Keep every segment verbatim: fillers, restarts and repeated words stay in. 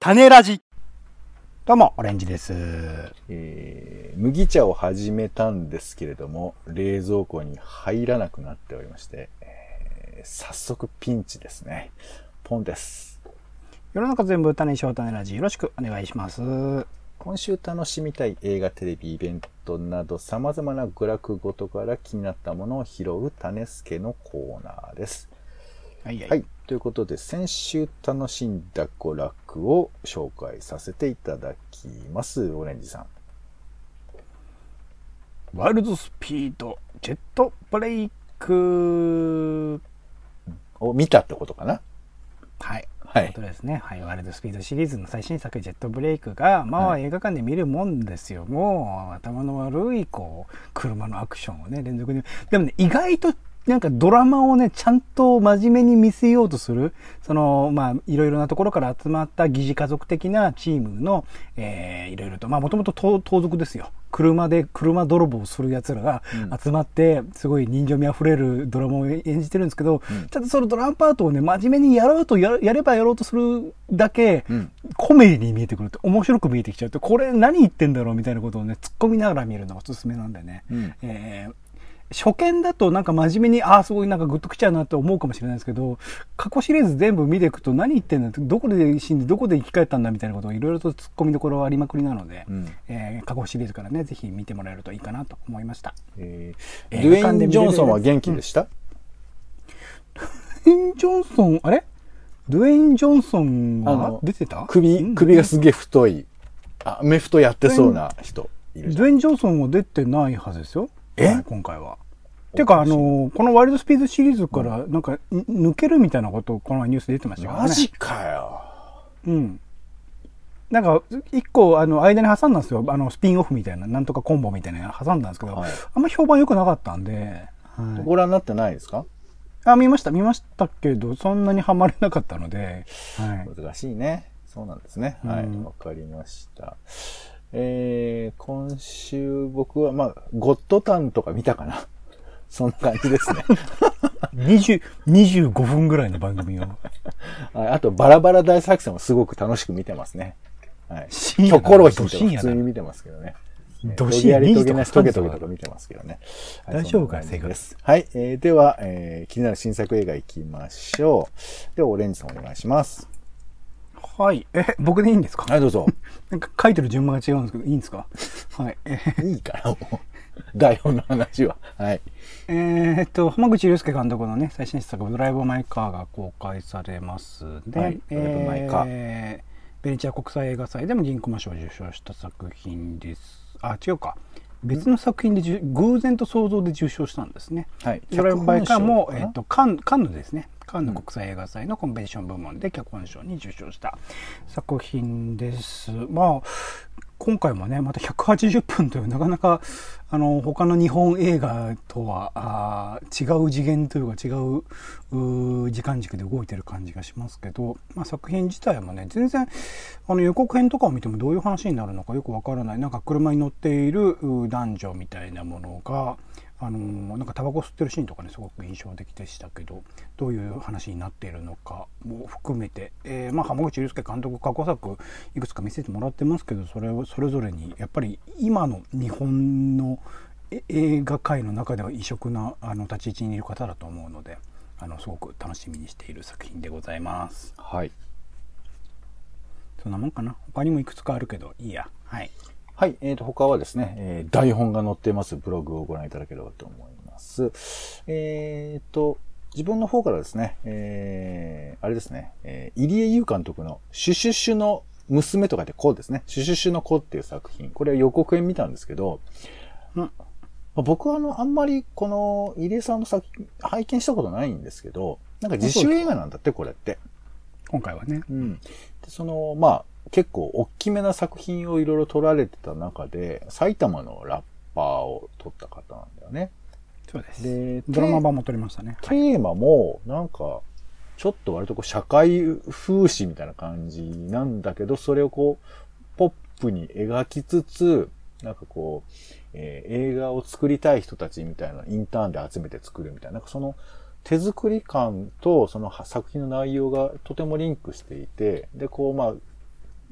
種ラジ。どうもオレンジです。 えー、麦茶を始めたんですけれども冷蔵庫に入らなくなっておりまして、えー、早速ピンチですね。ポンです。 世の中全部種にしよう種ラジ、よろしくお願いします。 今週楽しみたい映画、テレビ、イベントなど様々な娯楽ごとから気になったものを拾う種助のコーナーです。 はいはい、 はい、ということで先週楽しんだ娯楽を紹介させていただきます。オレンジさん。 ワイルドスピードジェットブレイクを見たってことかな。 はい、 はい、 ということですね。はい、ワイルドスピードシリーズの最新作ジェットブレイクがまあ、はい、映画館で見るもんですよ。もう頭の悪いこう車のアクションをね連続で、でもね意外となんかドラマをねちゃんと真面目に見せようとする、そのまあいろいろなところから集まった疑似家族的なチームの、えー、いろいろとまあもともと盗賊ですよ。車で車泥棒をする奴らが集まって、うん、すごい人情味あふれるドラマを演じてるんですけど、うん、ちょっとそのドラマパートをね真面目にやろうと や, やればやろうとするだけ、うん、コメディに見えてくると面白く見えてきちゃうと、これ何言ってんだろうみたいなことをね突っ込みながら見るのがおすすめなんでね。うん、えー初見だとなんか真面目にああすごいなんかグッときちゃうなって思うかもしれないですけど、過去シリーズ全部見ていくと何言ってんだって、どこで死んでどこで生き返ったんだみたいなことをいろいろと突っ込みどころありまくりなので、うん、えー、過去シリーズからねぜひ見てもらえるといいかなと思いました。 えー、ドゥエイン・ジョンソンは元気でした？ ドゥエイン・ジョンソンあれドゥエイン・ジョンソンは出てた？ 首首がすげえ太い、アメフトやってそうな人いるじゃん。 ドゥエイン・ジョンソンは出てないはずですよ。え、はい、今回は。てかあのこのワイルドスピードシリーズからなんか抜けるみたいなことこのニュースで出てましたからね。 マジかよ。 うん。なんか一個あの間に挟んだんですよ。あのスピンオフみたいななんとかコンボみたいなの挟んだんですけど、はい、あんま評判良くなかったんで。 はい、ご覧になってないですか？ あ、見ました見ましたけどそんなにハマれなかったので。 はい、難しいね。そうなんですね。はい、わかりました。えー、今週僕はまあゴッドタンとか見たかな。そんな感じですね。 にじゅう、にじゅうごふんぐらいの番組を。 あと、バラバラ大作戦もすごく楽しく見てますね。はい。キョコロヒーとか普通に見てますけどね。 どしやりとげなしトゲトゲとか見てますけどね。 大丈夫かい、生活です。 はい。えー、では、えー、気になる新作映画行きましょう。では、オレンジさんお願いします。 はい。え、僕でいいんですか？ はい、どうぞ。 なんか書いてる順番が違うんですけど、いいんですか？はい。えー、いいから、もう。台本の話は。はい。 えーっと、浜口竜介監督のね、最新作、ドライブ・マイ・カーが公開されますで、はい、 ドライブ・マイ・カー。 えー、ベネチア国際映画祭でも銀熊賞を受賞した作品です。あ、違うか。別の作品でじゅ偶然と想像で受賞したんですね。 はい。 ドライブ・マイ・カーも、えーっと、カン、カンヌですね。カンヌ国際映画祭のコンペティション部門で脚本賞に受賞した作品です。まあ今回もねまたひゃくはちじゅっぷんというなかなかあの他の日本映画とはあ違う次元というか違う、う時間軸で動いてる感じがしますけど、まあ、作品自体もね全然あの予告編とかを見てもどういう話になるのかよくわからない、なんか車に乗っている男女みたいなものがあのー、なんかタバコ吸ってるシーンとかねすごく印象的でしたけど、どういう話になっているのかも含めて、えー、まあ浜口竜介監督過去作いくつか見せてもらってますけど、それをそれぞれにやっぱり今の日本の映画界の中では異色なあの立ち位置にいる方だと思うので、あのすごく楽しみにしている作品でございます。 はい。 そんなもんかな。他にもいくつかあるけどいいや。はい。 はい。えーと、他はですね、えー、台本が載っていますブログをご覧いただければと思います。えーと、自分の方からですね、えー、あれですね、えー、入江優監督のシュシュシュの娘とかで子ですね、シュシュシュの子っていう作品、これは予告編見たんですけど、うん、僕はあの、あんまりこの入江さんの作品、拝見したことないんですけど、なんか自主映画なんだって、これって。 今回はね。 うん。で、その、まあ、結構大きめな作品をいろいろ撮られてた中で、埼玉のラッパーを撮った方なんだよね。 そうです。で、ドラマ版も撮りましたね。 テーマも、なんか、ちょっと割とこう社会風刺みたいな感じなんだけど、それをこう、ポップに描きつつ、なんかこう、えー、映画を作りたい人たちみたいなインターンで集めて作るみたいな、なんかその手作り感とその作品の内容がとてもリンクしていて、で、こう、まあ、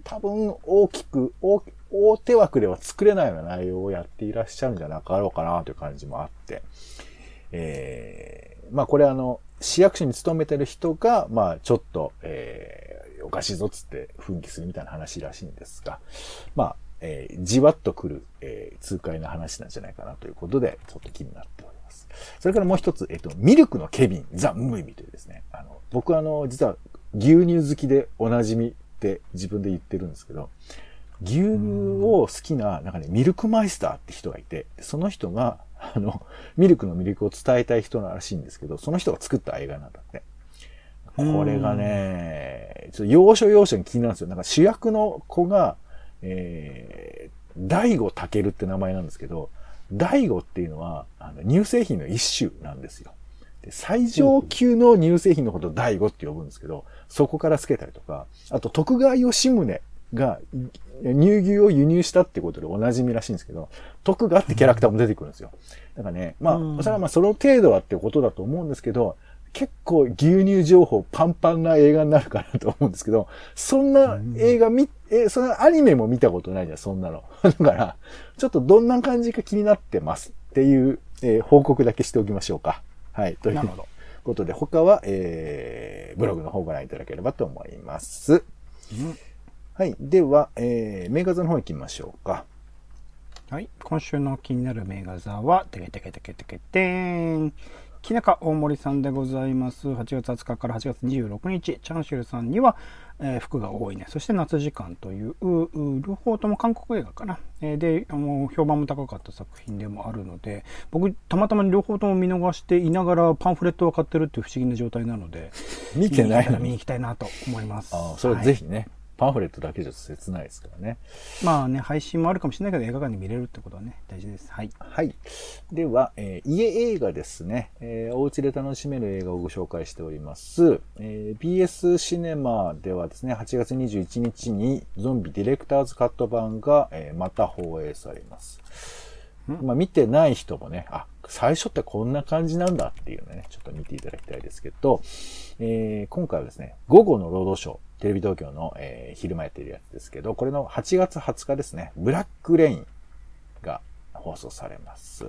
多分大きく、大大手枠では作れないような内容をやっていらっしゃるんじゃなかろうかなという感じもあって、えー、まあこれあの、市役所に勤めてる人が、まあちょっと、えー、おかしいぞっつって奮起するみたいな話らしいんですが、まあ、えー、じわっとくる、えー、痛快な話なんじゃないかなということで、ちょっと気になっております。それからもう一つ、えっと、ミルクのケビン、ザ・ムーミーというですね、あの、僕はあの、実は牛乳好きでおなじみって自分で言ってるんですけど、牛乳を好きな、なんかね、ミルクマイスターって人がいて、その人が、あの、ミルクの魅力を伝えたい人らしいんですけど、その人が作った映画なんだって。これがね、ちょっと要所要所に気になるんですよ。なんか主役の子が、えー、大悟健って名前なんですけど、大悟っていうのは、あの乳製品の一種なんですよ。で最上級の乳製品のことを大悟って呼ぶんですけど、そこから付けたりとか、あと徳川吉宗が乳牛を輸入したってことでおなじみらしいんですけど、徳川ってキャラクターも出てくるんですよ。だからね、まあ、それはまあその程度はってことだと思うんですけど、結構牛乳情報パンパンな映画になるかなと思うんですけど、そんな映画見、え、そのアニメも見たことないじゃん、そんなの。だから、ちょっとどんな感じか気になってますっていう、えー、報告だけしておきましょうか。はい。ということで、他は、えー、ブログの方ご覧いただければと思います。うん、はい。では、えー、名画座の方行きましょうか。 はい。今週の気になる名画座は、てけてけてけてけてーん。木中大森さんでございます。はちがつはつかからはちがつにじゅうろくにち、チャンシルさんには、えー、服が多いね。そして夏時間という、両方とも韓国映画かな。えー、で、あの、評判も高かった作品でもあるので、僕、たまたま両方とも見逃していながらパンフレットを買ってるっていう不思議な状態なので、 見てないのに見に行きたいなと思います。 ああ、それぜひね。はい、パンフレットだけじゃ切ないですからね。 まあね、配信もあるかもしれないけど、映画館で見れるってことはね、大事です。はい。 はい。では、えー、家映画ですね、えー。お家で楽しめる映画をご紹介しております。えー、ビーエス シネマではですね、はちがつにじゅういちにちにゾンビディレクターズカット版が、えー、また放映されます。まあ見てない人もね、あ、最初ってこんな感じなんだっていうのね、ちょっと見ていただきたいですけど、えー、今回はですね、午後の労働ショー、テレビ東京の、えー、昼間やってるやつですけど、これのはちがつはつかですね、ブラックレインが放送されます。うん、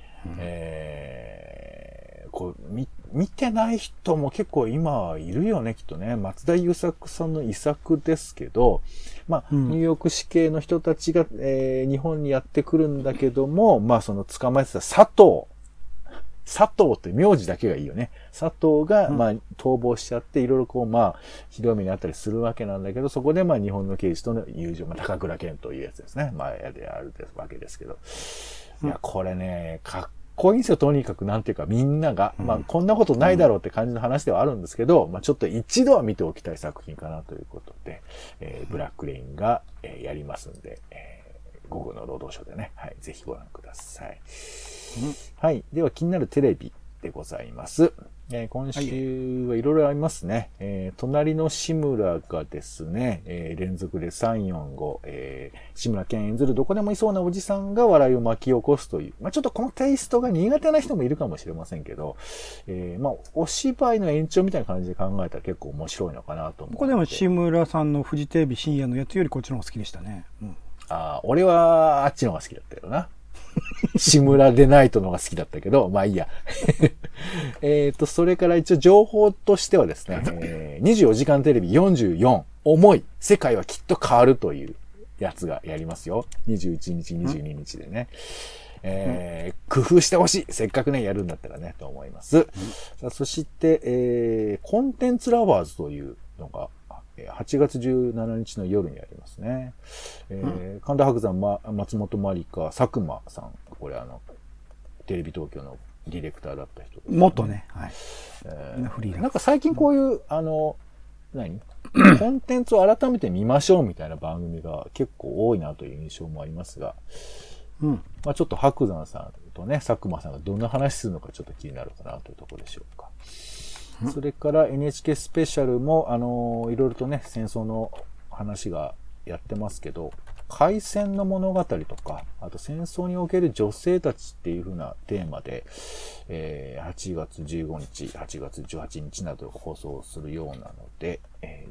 えー、こう見、見てない人も結構今いるよね、きっとね。松田優作さんの遺作ですけど、まあ、うん、ニューヨーク市警の人たちが、えー、日本にやってくるんだけども、まあ、その捕まえてた佐藤、佐藤って名字だけがいいよね。佐藤が、まあ、逃亡しちゃって、いろいろこう、まあ、ひどい目にあったりするわけなんだけど、そこでまあ、日本の刑事との友情、まあ、高倉健というやつですね。まあ、やであるわけですけど。いや、これね、かっこいいんですよ、とにかく。なんていうか、みんなが。まあ、こんなことないだろうって感じの話ではあるんですけど、まあ、ちょっと一度は見ておきたい作品かなということで、えー、ブラックレインが、えー、やりますんで、えー、午後の労働省でね、はい、ぜひご覧ください。はい。では気になるテレビでございます。えー、今週はいろいろありますね。えー、隣の志村がですね、えー、連続でさん、よん、ご、えー、志村けん演ずるどこでもいそうなおじさんが笑いを巻き起こすという、まあ、ちょっとこのテイストが苦手な人もいるかもしれませんけど、えー、まあ、お芝居の延長みたいな感じで考えたら結構面白いのかなと思う。 ここでも志村さんのフジテレビ深夜のやつよりこっちの方が好きでしたね。うん、 ああ、俺はあっちの方が好きだったよな。志村でナイトの方が好きだったけど、まあいいや。えっと、それから一応情報としてはですね、えー、にじゅうよじかんテレビよんじゅうよん、思い、世界はきっと変わるというやつがやりますよ。にじゅういちにち、にじゅうににちでね。えー、工夫してほしい。せっかくね、やるんだったらね、と思います。さあそして、えー、コンテンツラバーズというのが、はちがつじゅうしちにちの夜にありますね。えー、神田伯山、ま、松本まりか、佐久間さん。これあの、テレビ東京のディレクターだった人です、ね。 元ね。はい。 えー、フリーなんか最近こういう、あの、何コンテンツを改めて見ましょうみたいな番組が結構多いなという印象もありますが、うん。まあちょっと伯山さんとね、佐久間さんがどんな話するのかちょっと気になるかなというところでしょうか。それから エヌエイチケー スペシャルも、あのー、いろいろとね、戦争の話がやってますけど、開戦の物語とか、あと戦争における女性たちっていう風なテーマで、えー、はちがつじゅうごにち、はちがつじゅうはちにちなど放送するようなので、えー、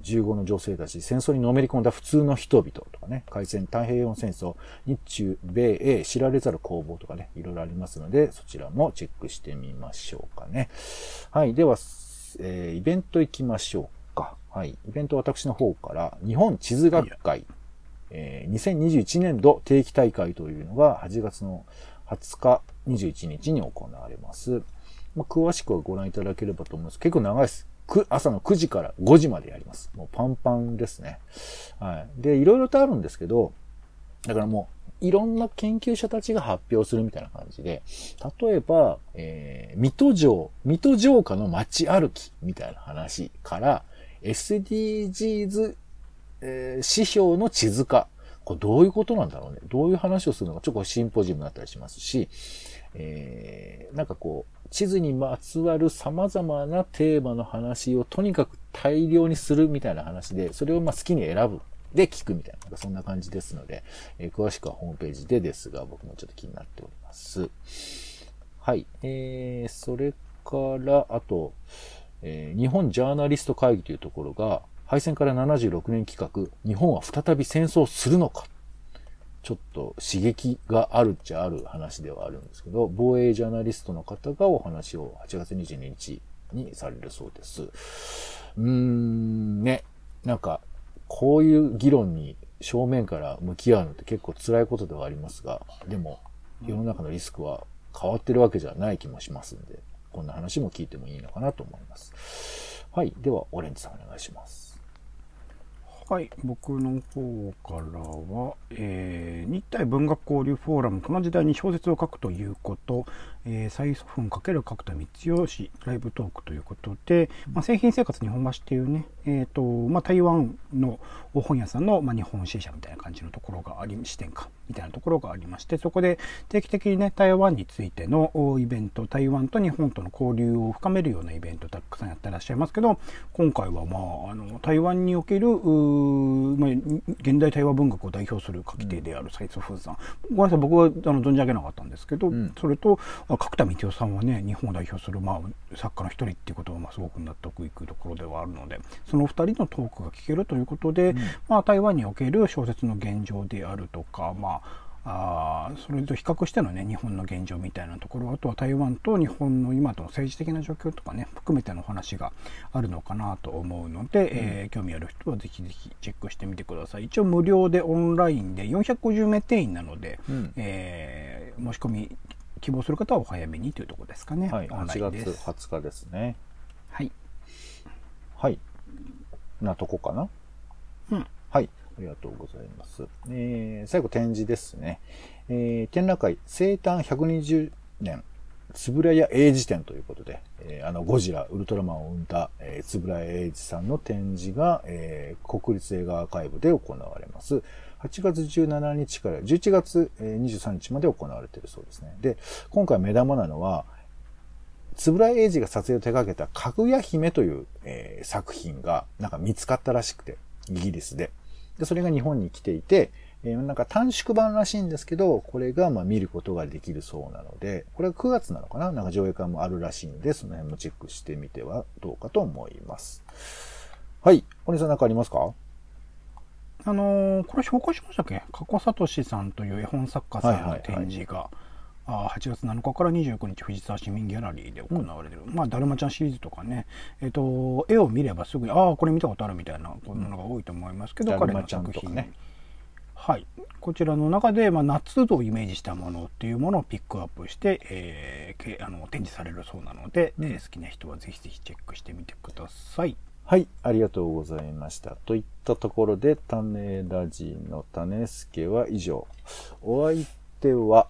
じゅうごの女性たち、戦争にのめり込んだ普通の人々とかね、開戦、太平洋戦争、日中、米英、知られざる攻防とかね、いろいろありますので、そちらもチェックしてみましょうかね。はい。では、えー、イベント行きましょうか。はい。イベント私の方から、日本地図学会、えー、にせんにじゅういちねんど定期大会というのがはちがつのはつか、にじゅういちにちに行われます。まあ、詳しくはご覧いただければと思います。結構長いです。朝のくじからごじまでやります。もうパンパンですね。はい。で、いろいろとあるんですけど、だからもう、いろんな研究者たちが発表するみたいな感じで、例えば、えー、水戸城、水戸城下の街歩きみたいな話から、エスディージーズ、えー、指標の地図化。これどういうことなんだろうね。どういう話をするのか、ちょっとシンポジウムになったりしますし、えー、なんかこう、地図にまつわる様々なテーマの話をとにかく大量にするみたいな話で、それをまあ好きに選ぶ。で聞くみたいな、なんかそんな感じですので、えー、詳しくはホームページでですが、僕もちょっと気になっております。はい。えー、それから、あと、えー、日本ジャーナリスト会議というところが、敗戦からななじゅうろくねん企画、日本は再び戦争するのか。ちょっと刺激があるっちゃある話ではあるんですけど、防衛ジャーナリストの方がお話をはちがつにじゅうににちにされるそうです。うーん、ね、なんか、こういう議論に正面から向き合うのって結構辛いことではありますが、でも世の中のリスクは変わってるわけじゃない気もしますんで、こんな話も聞いてもいいのかなと思います。はい。では、オレンジさんお願いします。 はい、僕の方からは、えー、日体文学交流フォーラム、この時代に小説を書くということ、えー、蔡祖父×角田光代氏ライブトークということで、まあ、製品生活日本橋っていうね、えーとまあ、台湾の本屋さんの、まあ、日本支社みたいな感じのところがあり、支店かみたいなところがありまして、そこで定期的にね、台湾についてのイベント、台湾と日本との交流を深めるようなイベントたくさんやってらっしゃいますけど、今回はまあ、あの台湾におけるまあ、現代対話文学を代表する書き手である蔡祖父さん、ごめんなさい、僕はあの存じ上げなかったんですけど、うん、それと角田光代さんはね、日本を代表する、まあ、作家の一人っていうことはまあすごく納得いくところではあるので、そのふたりのトークが聞けるということで、うん、まあ、台湾における小説の現状であるとか、まああそれと比較してのね、日本の現状みたいなところ、あとは台湾と日本の今との政治的な状況とかね、含めての話があるのかなと思うので、うん、えー、興味ある人はぜひぜひチェックしてみてください。一応無料でオンラインでよんひゃくごじゅうめい定員なので、うん、えー、申し込み希望する方はお早めにというところですかね。 はい、はちがつはつかですね。 はい。 はい。なとこかな。 うん。 はい。ありがとうございます。えー、最後展示ですね。えー、展覧会生誕ひゃくにじゅうねん円谷英二展ということで、えー、あのゴジラウルトラマンを生んだ、えー、円谷英二さんの展示が、えー、国立映画アーカイブで行われます。はちがつじゅうしちにちからじゅういちがつにじゅうさんにちまで行われているそうですね。で、今回目玉なのは円谷英二が撮影を手掛けたかぐや姫という、えー、作品がなんか見つかったらしくて、イギリスで。で、それが日本に来ていて、えー、なんか短縮版らしいんですけど、これがまあ見ることができるそうなので、これはくがつなのかな、なんか上映会もあるらしいんで、その辺もチェックしてみてはどうかと思います。はい。お兄さん何かありますか？ あのー、これ紹介しましたっけ？加古聡さんという絵本作家さんの展示が、はちがつなのかからにじゅうくにち藤沢市民ギャラリーで行われてる、うん、まあだるまちゃんシリーズとかね、えっ、ー、と絵を見ればすぐにああこれ見たことあるみたいなものが多いと思いますけど、うん、彼の作品、ね、はい、こちらの中で、まあ、夏をイメージしたものっていうものをピックアップして、えー、あの展示されるそうなので、うん、えー、好きな人はぜひぜひチェックしてみてください。 はい、ありがとうございました。といったところで種ラジの種助は以上。お相手は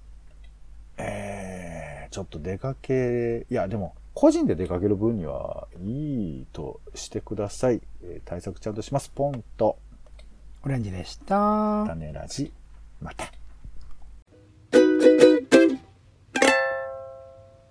えー、ちょっと出かけ、いやでも個人で出かける分にはいいとしてください。えー、対策ちゃんとします。ポンと。 オレンジでした。 種ラジ、また。